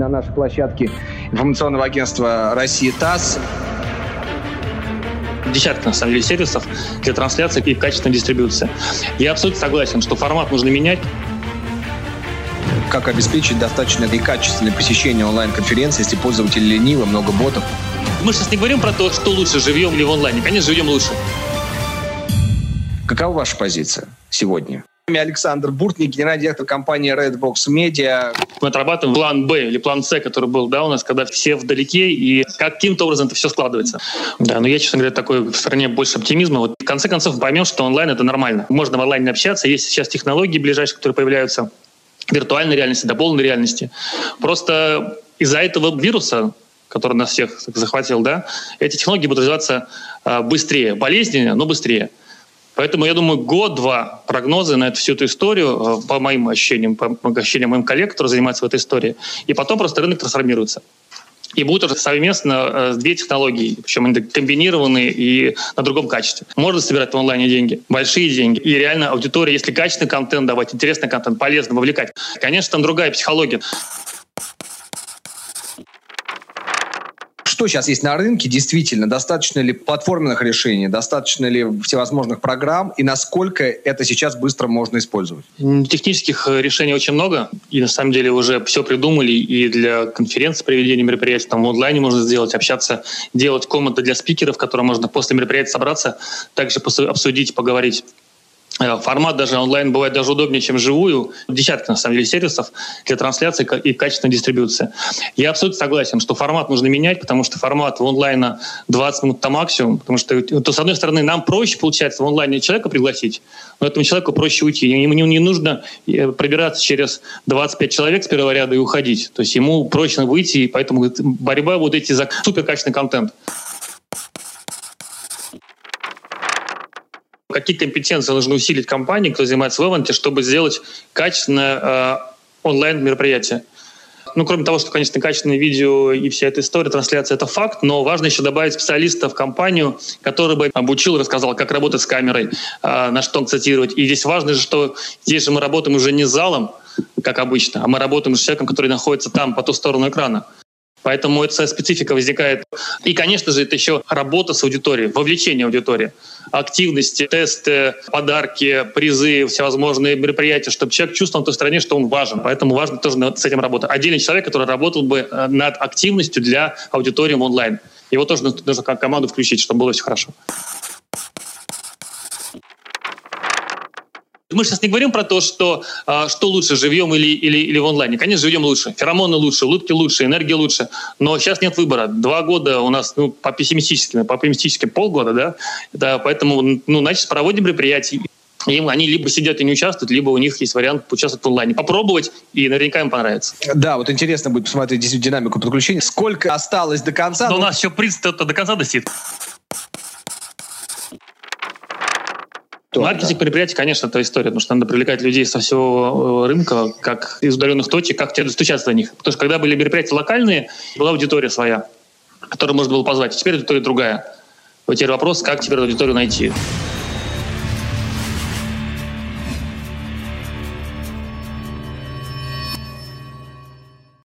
на нашей площадке информационного агентства «Россия ТАСС». Десятки, на самом деле, сервисов для трансляции и качественной дистрибьюции. Я абсолютно согласен, что формат нужно менять. Как обеспечить достаточное и качественное посещение онлайн-конференции, если пользователь ленивый, много ботов? Мы сейчас не говорим про то, что лучше, живьем или в онлайне. Конечно, живьем лучше. Какова ваша позиция сегодня? Александр Буртник, генеральный директор компании Redbox Media. Мы отрабатываем план Б или план С, который был, да, у нас, когда все вдалеке, и каким-то образом это все складывается. Да, но я, честно говоря, такой в стране больше оптимизма. Вот в конце концов поймем, что онлайн — это нормально. Можно в онлайне общаться. Есть сейчас технологии ближайшие, которые появляются, виртуальной реальности, дополненной реальности. Просто из-за этого вируса, который нас всех захватил, да, эти технологии будут развиваться быстрее. Болезненнее, но быстрее. Поэтому, я думаю, год-два прогнозы на всю эту историю, по моим ощущениям, по ощущениям моих коллег, которые занимаются в этой истории, и потом просто рынок трансформируется. И будут уже совместно две технологии, причем они комбинированные и на другом качестве. Можно собирать в онлайне деньги, большие деньги. И реально аудитория, если качественный контент давать, интересный контент, полезно, вовлекать. Конечно, там другая психология. Что сейчас есть на рынке? Действительно, достаточно ли платформенных решений, достаточно ли всевозможных программ, и насколько это сейчас быстро можно использовать? Технических решений очень много, и на самом деле уже все придумали, и для конференции, проведения мероприятий, там в онлайне можно сделать, общаться, делать комнаты для спикеров, в которые можно после мероприятия собраться, также обсудить, поговорить. Формат даже онлайн бывает даже удобнее, чем вживую. Десятки, на самом деле, сервисов для трансляции и качественной дистрибьюции. Я абсолютно согласен, что формат нужно менять, потому что формат в онлайне 20 минут на максимум. Потому что, то, с одной стороны, нам проще, получается, в онлайне человека пригласить, но этому человеку проще уйти. Ему не нужно пробираться через 25 человек с первого ряда и уходить. То есть ему проще выйти, и поэтому борьба вот эти за суперкачественный контент. Какие компетенции нужно усилить компании, кто занимается в ивенте, чтобы сделать качественное онлайн-мероприятие. Ну, кроме того, что, конечно, качественное видео и вся эта история, трансляция — это факт, но важно еще добавить специалиста в компанию, который бы обучил и рассказал, как работать с камерой, на что акцентировать. И здесь важно, что здесь же мы работаем уже не с залом, как обычно, а мы работаем с человеком, который находится там, по ту сторону экрана. Поэтому эта специфика возникает. И, конечно же, это еще работа с аудиторией, вовлечение аудитории, активности, тесты, подарки, призы, всевозможные мероприятия, чтобы человек чувствовал в той стране, что он важен. Поэтому важно тоже с этим работать. Отдельный человек, который работал бы над активностью для аудитории онлайн. Его тоже нужно как команду включить, чтобы было все хорошо. Мы сейчас не говорим про то, что лучше, живьем или в онлайне. Конечно, живьем лучше. Феромоны лучше, улыбки лучше, энергия лучше. Но сейчас нет выбора. 2 года у нас по пессимистическим полгода, да, поэтому, значит, проводим мероприятия. Они либо сидят и не участвуют, либо у них есть вариант поучаствовать в онлайне. Попробовать, и наверняка им понравится. Да, вот интересно будет посмотреть действительно динамику подключения. Сколько осталось до конца? Но у нас еще принцип до конца достиг. Маркетинг мероприятий, конечно, это история, потому что надо привлекать людей со всего рынка, как из удаленных точек, как тебе достучаться до них. Потому что когда были мероприятия локальные, была аудитория своя, которую можно было позвать. А теперь аудитория другая. Вот теперь вопрос, как теперь аудиторию найти.